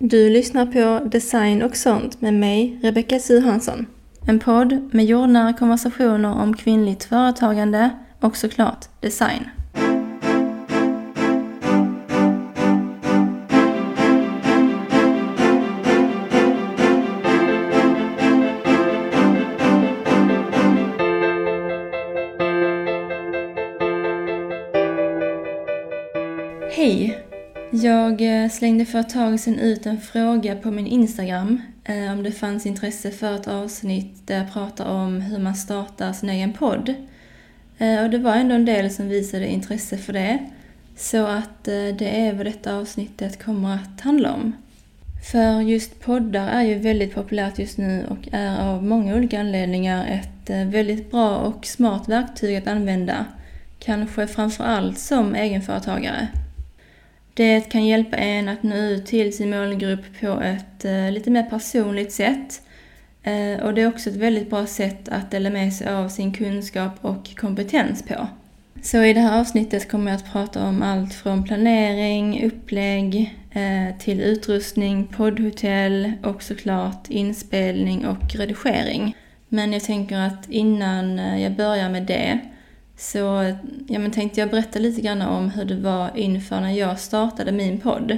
Du lyssnar på Design och sånt med mig, Rebecka Suhansson. En podd med jordnära konversationer om kvinnligt företagande och såklart design. Hej! Jag slängde för ett tag sedan ut en fråga på min Instagram om det fanns intresse för ett avsnitt där jag pratar om hur man startar sin egen podd. Och det var ändå en del som visade intresse för det. Så att det är vad detta avsnittet kommer att handla om. För just poddar är ju väldigt populärt just nu och är av många olika anledningar ett väldigt bra och smart verktyg att använda. Kanske framförallt som egenföretagare. Det kan hjälpa en att nå ut till sin målgrupp på ett lite mer personligt sätt. Och det är också ett väldigt bra sätt att dela med sig av sin kunskap och kompetens på. Så i det här avsnittet kommer jag att prata om allt från planering, upplägg till utrustning, poddhotell och såklart inspelning och redigering. Men jag tänker att innan jag börjar med det så tänkte jag berätta lite grann om hur det var inför när jag startade min podd.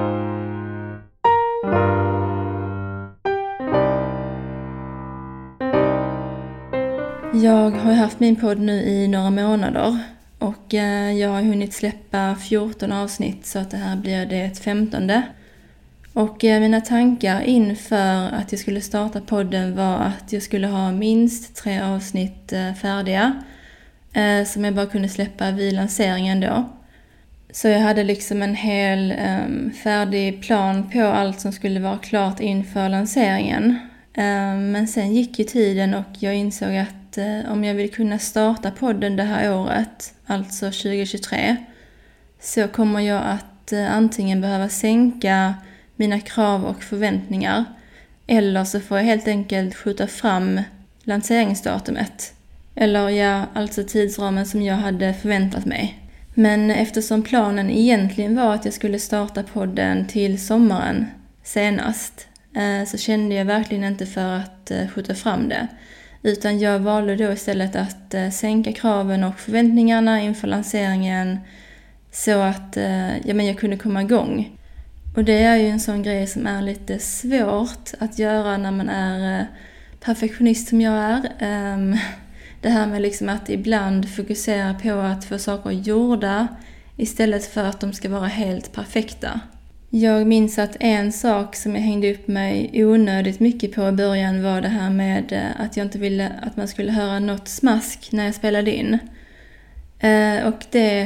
Jag har haft min podd nu i några månader och jag har hunnit släppa 14 avsnitt så att det här blir det 15:e. Och mina tankar inför att jag skulle starta podden var att jag skulle ha minst 3 avsnitt färdiga. Som jag bara kunde släppa vid lanseringen då. Så jag hade liksom en hel färdig plan på allt som skulle vara klart inför lanseringen. Men sen gick ju tiden och jag insåg att om jag vill kunna starta podden det här året, alltså 2023, så kommer jag att antingen behöva sänka mina krav och förväntningar, eller så får jag helt enkelt skjuta fram lanseringsdatumet. Eller alltså tidsramen som jag hade förväntat mig. Men eftersom planen egentligen var att jag skulle starta podden till sommaren senast, så kände jag verkligen inte för att skjuta fram det. Utan jag valde då istället att sänka kraven och förväntningarna inför lanseringen så att jag kunde komma igång. Och det är ju en sån grej som är lite svårt att göra när man är perfektionist som jag är. Det här med liksom att ibland fokusera på att få saker gjorda istället för att de ska vara helt perfekta. Jag minns att en sak som jag hängde upp mig onödigt mycket på i början var det här med att jag inte ville att man skulle höra något smask när jag spelade in. Och det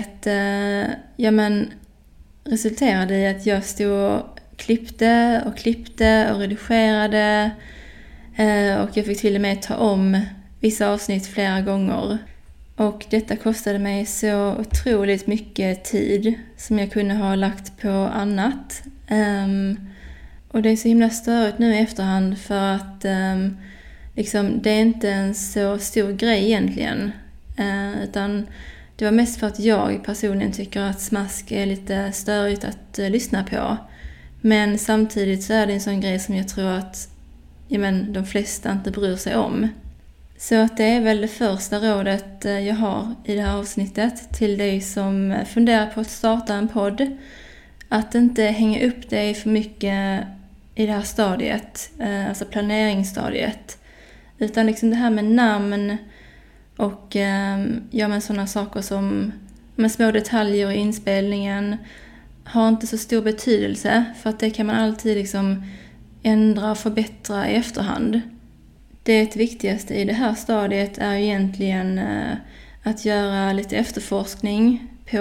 resulterade i att jag stod och klippte och redigerade. Och jag fick till och med ta om vissa avsnitt flera gånger. Och detta kostade mig så otroligt mycket tid som jag kunde ha lagt på annat. Och det är så himla störigt nu i efterhand för att det är inte en så stor grej egentligen. Utan det var mest för att jag personligen tycker att smask är lite störigt att lyssna på. Men samtidigt så är det en sån grej som jag tror att de flesta inte bryr sig om. Så att det är väl det första rådet jag har i det här avsnittet till dig som funderar på att starta en podd. Att inte hänga upp dig för mycket i det här stadiet, alltså planeringsstadiet. Utan det här med namn och sådana saker som med små detaljer i inspelningen har inte så stor betydelse. För att det kan man alltid ändra och förbättra i efterhand. Det viktigaste i det här stadiet är egentligen att göra lite efterforskning på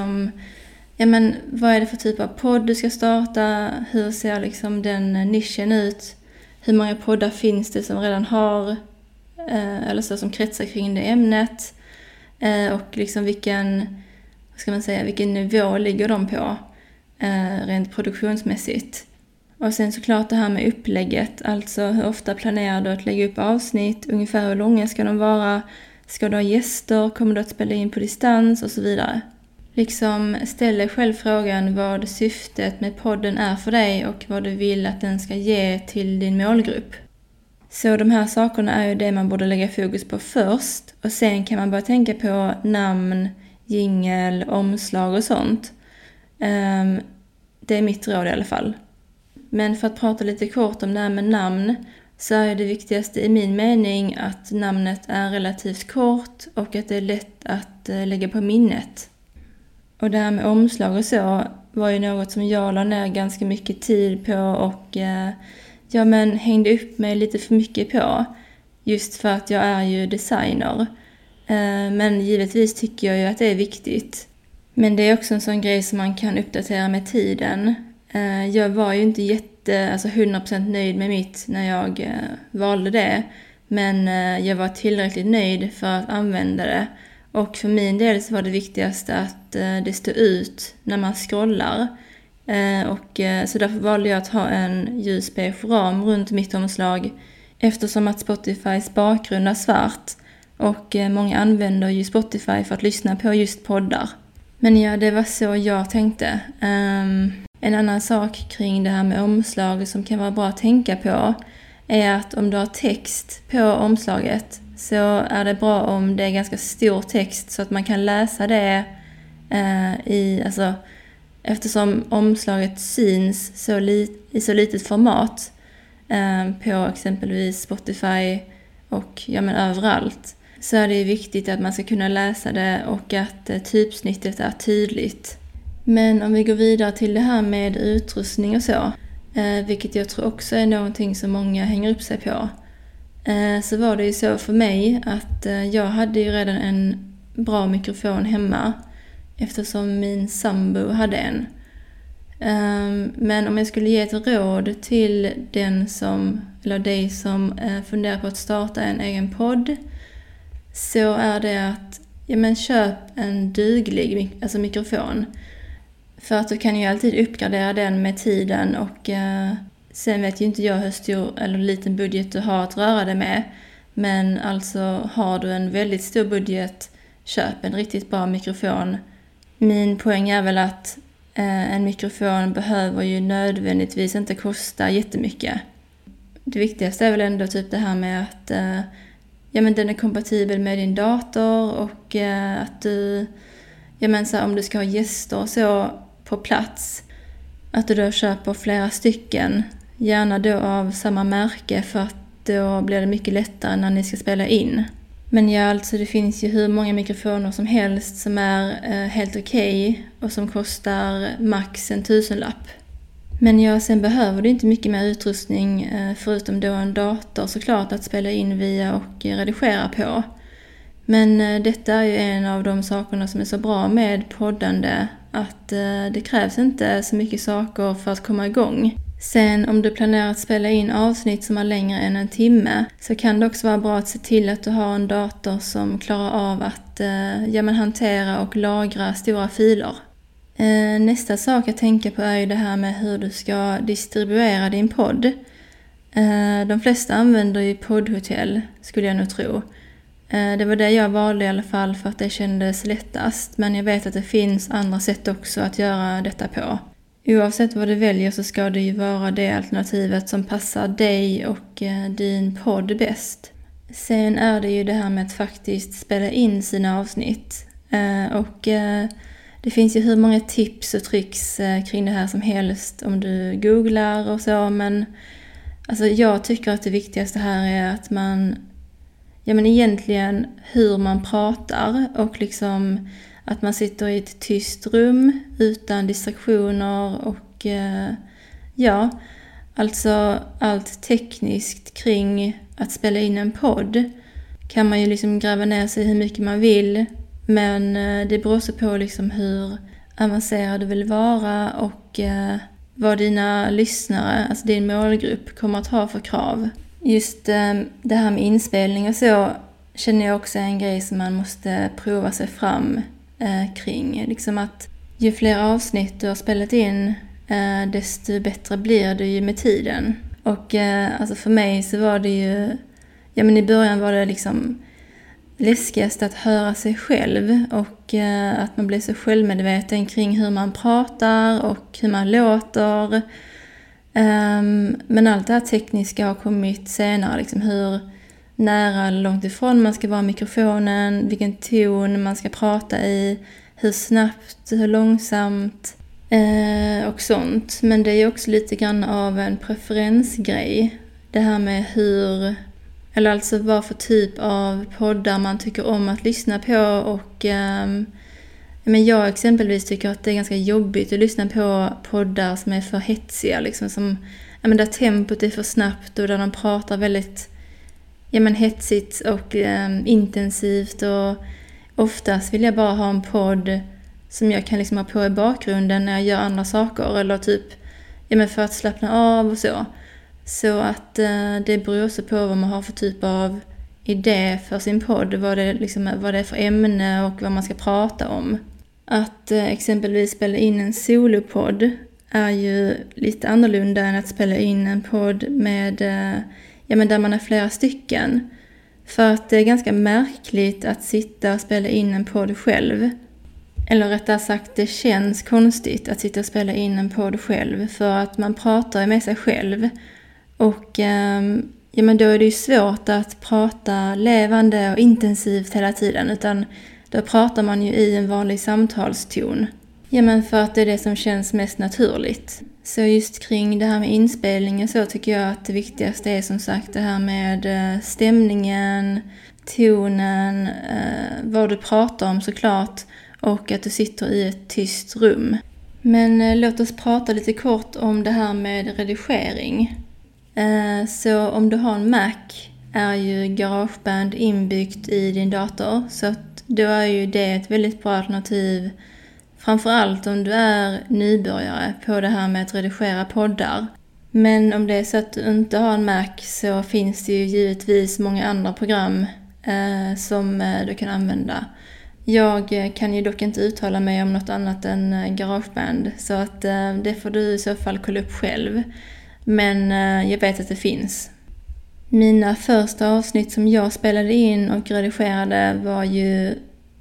vad är det för typ av podd du ska starta, hur ser den nischen ut, hur många poddar finns det som redan har eller så som kretsar kring det ämnet och vilken nivå ligger de på rent produktionsmässigt. Och sen såklart det här med upplägget, alltså hur ofta planerar du att lägga upp avsnitt, ungefär hur långa ska de vara, ska du ha gäster, kommer du att spela in på distans och så vidare. Liksom ställ dig själv frågan vad syftet med podden är för dig och vad du vill att den ska ge till din målgrupp. Så de här sakerna är ju det man borde lägga fokus på först, och sen kan man börja tänka på namn, jingle, omslag och sånt. Det är mitt råd i alla fall. Men för att prata lite kort om det här med namn, så är det viktigaste i min mening att namnet är relativt kort och att det är lätt att lägga på minnet. Och det här med omslag och så var ju något som jag la ner ganska mycket tid på och hängde upp mig lite för mycket på. Just för att jag är ju designer. Men givetvis tycker jag ju att det är viktigt. Men det är också en sån grej som man kan uppdatera med tiden. Jag var ju inte 100% nöjd med mitt när jag valde det. Men jag var tillräckligt nöjd för att använda det. Och för min del så var det viktigaste att det stod ut när man scrollar. Så därför valde jag att ha en ljusbeige ram runt mitt omslag. Eftersom att Spotifys bakgrund är svart. Och många använder ju Spotify för att lyssna på just poddar. Men ja, det var så jag tänkte. En annan sak kring det här med omslag som kan vara bra att tänka på är att om du har text på omslaget så är det bra om det är ganska stor text så att man kan läsa det eftersom omslaget syns i så litet format på exempelvis Spotify och överallt, så är det viktigt att man ska kunna läsa det och att typsnittet är tydligt. Men om vi går vidare till det här med utrustning och så, vilket jag tror också är någonting som många hänger upp sig på, så var det ju så för mig att jag hade ju redan en bra mikrofon hemma eftersom min sambo hade en. Men om jag skulle ge ett råd till dig som funderar på att starta en egen podd, så är det att köp en duglig mikrofon. För att du kan ju alltid uppgradera den med tiden och sen vet ju inte jag hur stor eller liten budget du har att röra dig med. Men alltså har du en väldigt stor budget, köp en riktigt bra mikrofon. Min poäng är väl att en mikrofon behöver ju nödvändigtvis inte kosta jättemycket. Det viktigaste är väl ändå typ det här med att den är kompatibel med din dator och att du, om du ska ha gäster och så på plats, att du då köper flera stycken, gärna då av samma märke, för att då blir det mycket lättare när ni ska spela in. Men det finns ju hur många mikrofoner som helst som är helt okej och som kostar max 1000-lapp. Men sen behöver du inte mycket mer utrustning förutom då en dator såklart att spela in via och redigera på. Men detta är ju en av de sakerna som är så bra med poddande, att det krävs inte så mycket saker för att komma igång. Sen om du planerar att spela in avsnitt som är längre än en timme, så kan det också vara bra att se till att du har en dator som klarar av att hantera och lagra stora filer. Nästa sak att tänka på är ju det här med hur du ska distribuera din podd. De flesta använder ju poddhotell, skulle jag nog tro. Det var det jag valde i alla fall för att det kändes lättast, men jag vet att det finns andra sätt också att göra detta på. Oavsett vad du väljer så ska det ju vara det alternativet som passar dig och din podd bäst. Sen är det ju det här med att faktiskt spela in sina avsnitt. Det finns ju hur många tips och tricks kring det här som helst om du googlar och så. Men jag tycker att det viktigaste här är att man, egentligen hur man pratar och att man sitter i ett tyst rum utan distraktioner och allt tekniskt kring att spela in en podd kan man ju gräva ner sig hur mycket man vill, men det beror så på hur avancerad du vill vara och vad dina lyssnare, alltså din målgrupp, kommer att ha för krav. Just det här med inspelning och så känner jag också är en grej som man måste prova sig fram kring. Att ju fler avsnitt du har spelat in, desto bättre blir det ju med tiden. Och för mig så var det ju, i början var det läskigast att höra sig själv och att man blir så självmedveten kring hur man pratar och hur man låter. Men allt det här tekniska har kommit senare, liksom hur nära eller långt ifrån man ska vara mikrofonen, vilken ton man ska prata i, hur snabbt, hur långsamt och sånt. Men det är också lite grann av en preferensgrej. Det här med eller alltså vad för typ av poddar man tycker om att lyssna på. Och men jag exempelvis tycker att det är ganska jobbigt att lyssna på poddar som är för hetsiga. Liksom, som, där tempot är för snabbt och där de pratar väldigt hetsigt och intensivt. Och oftast vill jag bara ha en podd som jag kan liksom ha på i bakgrunden när jag gör andra saker. Eller typ för att slappna av och så. Så att det beror också på vad man har för typ av idé för sin podd. Vad det är för ämne och vad man ska prata om. Att exempelvis spela in en solopodd är ju lite annorlunda än att spela in en podd med där man är flera stycken. För att det är ganska märkligt att sitta och spela in en podd själv. Eller rättare sagt, det känns konstigt att sitta och spela in en podd själv. För att man pratar med sig själv. Och då är det ju svårt att prata levande och intensivt hela tiden. Utan då pratar man ju i en vanlig samtalston. För att det är det som känns mest naturligt. Så just kring det här med inspelningen så tycker jag att det viktigaste är som sagt det här med stämningen, tonen, vad du pratar om såklart. Och att du sitter i ett tyst rum. Men låt oss prata lite kort om det här med redigering. Så om du har en Mac är ju GarageBand inbyggt i din dator. Så att då är ju det ett väldigt bra alternativ. Framförallt om du är nybörjare på det här med att redigera poddar. Men om det är så att du inte har en Mac så finns det ju givetvis många andra program som du kan använda. Jag kan ju dock inte uttala mig om något annat än GarageBand. Så att det får du i så fall kolla upp själv. Men jag vet att det finns. Mina första avsnitt som jag spelade in och redigerade var ju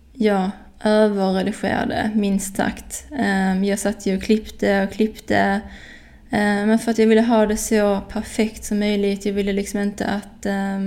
överredigerade, minst sagt. Jag satt ju och klippte. Men för att jag ville ha det så perfekt som möjligt. Jag ville liksom inte att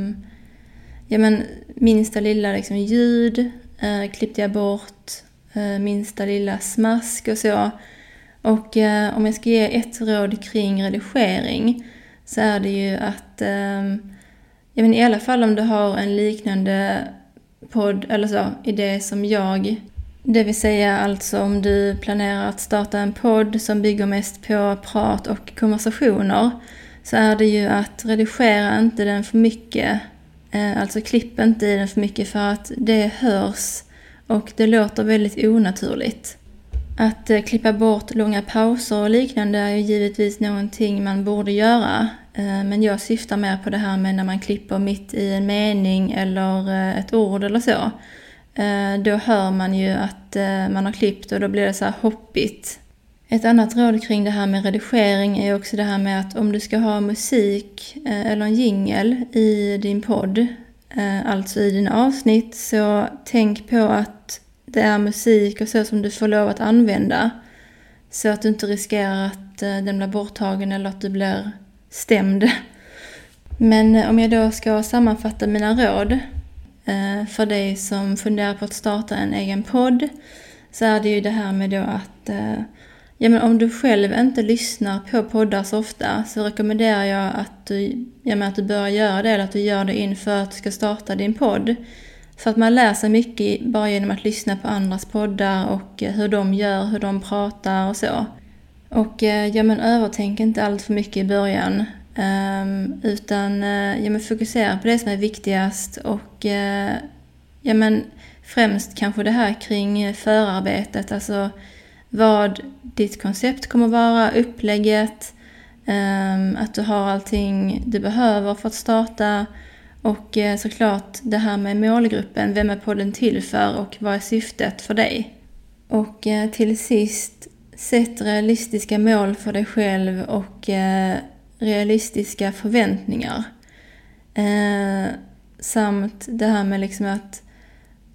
minsta lilla liksom ljud klippte jag bort. Minsta lilla smask och så. Och om jag ska ge ett råd kring redigering så är det ju att i alla fall om du har en liknande podd eller så idé som jag. Det vill säga alltså om du planerar att starta en podd som bygger mest på prat och konversationer så är det ju att redigera inte den för mycket. Alltså klipp inte i den för mycket för att det hörs och det låter väldigt onaturligt. Att klippa bort långa pauser och liknande är ju givetvis någonting man borde göra. Men jag syftar mer på det här med när man klipper mitt i en mening eller ett ord eller så. Då hör man ju att man har klippt och då blir det så här hoppigt. Ett annat råd kring det här med redigering är också det här med att om du ska ha musik eller en jingle i din podd, alltså i dina avsnitt, så tänk på att det är musik och så som du får lov att använda. Så att du inte riskerar att den blir borttagen eller att du blir stämd. Men om jag då ska sammanfatta mina råd för dig som funderar på att starta en egen podd så är det ju det här med då att om du själv inte lyssnar på poddar så ofta så rekommenderar jag att du börjar göra det eller att du gör det inför att du ska starta din podd. För att man lär sig mycket bara genom att lyssna på andras poddar och hur de gör, hur de pratar och så. Och övertänk inte allt för mycket i början. Utan fokusera på det som är viktigast och främst kanske det här kring förarbetet. Alltså vad ditt koncept kommer vara, upplägget, att du har allting du behöver för att starta. Och såklart det här med målgruppen, vem är podden till för och vad är syftet för dig? Och till sist, sätt realistiska mål för dig själv och realistiska förväntningar. Samt det här med liksom att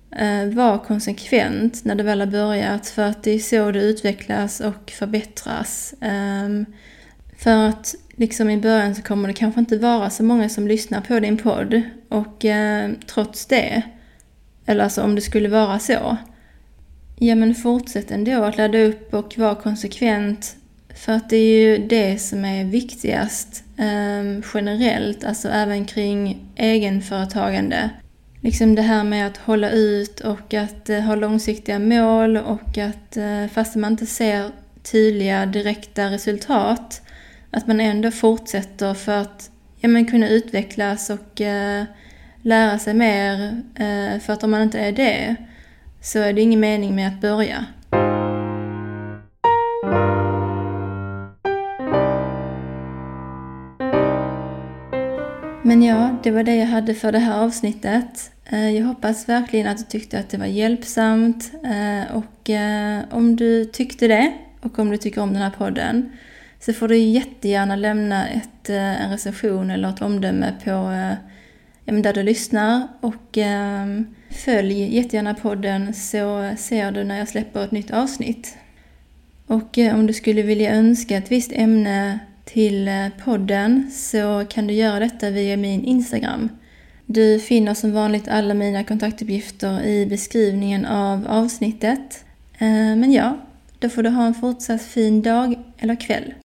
Var konsekvent när det väl har börjat, för att det är så det utvecklas och förbättras. För att liksom i början så kommer det kanske inte vara så många som lyssnar på din podd, och trots det, eller alltså om det skulle vara så, ja men fortsätt ändå att ladda upp och vara konsekvent, för att det är ju det som är viktigast generellt, alltså även kring egenföretagande. Liksom det här med att hålla ut och att ha långsiktiga mål, och att fast man inte ser tydliga direkta resultat, att man ändå fortsätter för att kunna utvecklas och lära sig mer. För att om man inte är det, så är det ingen mening med att börja. Men ja, det var det jag hade för det här avsnittet. Jag hoppas verkligen att du tyckte att det var hjälpsamt. Och om du tyckte det, och om du tycker om den här podden, så får du jättegärna lämna en recension eller ett omdöme på där du lyssnar. Och följ jättegärna podden, så ser du när jag släpper ett nytt avsnitt. Och om du skulle vilja önska ett visst ämne till podden, så kan du göra detta via min Instagram. Du finner som vanligt alla mina kontaktuppgifter i beskrivningen av avsnittet. Men ja, då får du ha en fortsatt fin dag eller kväll.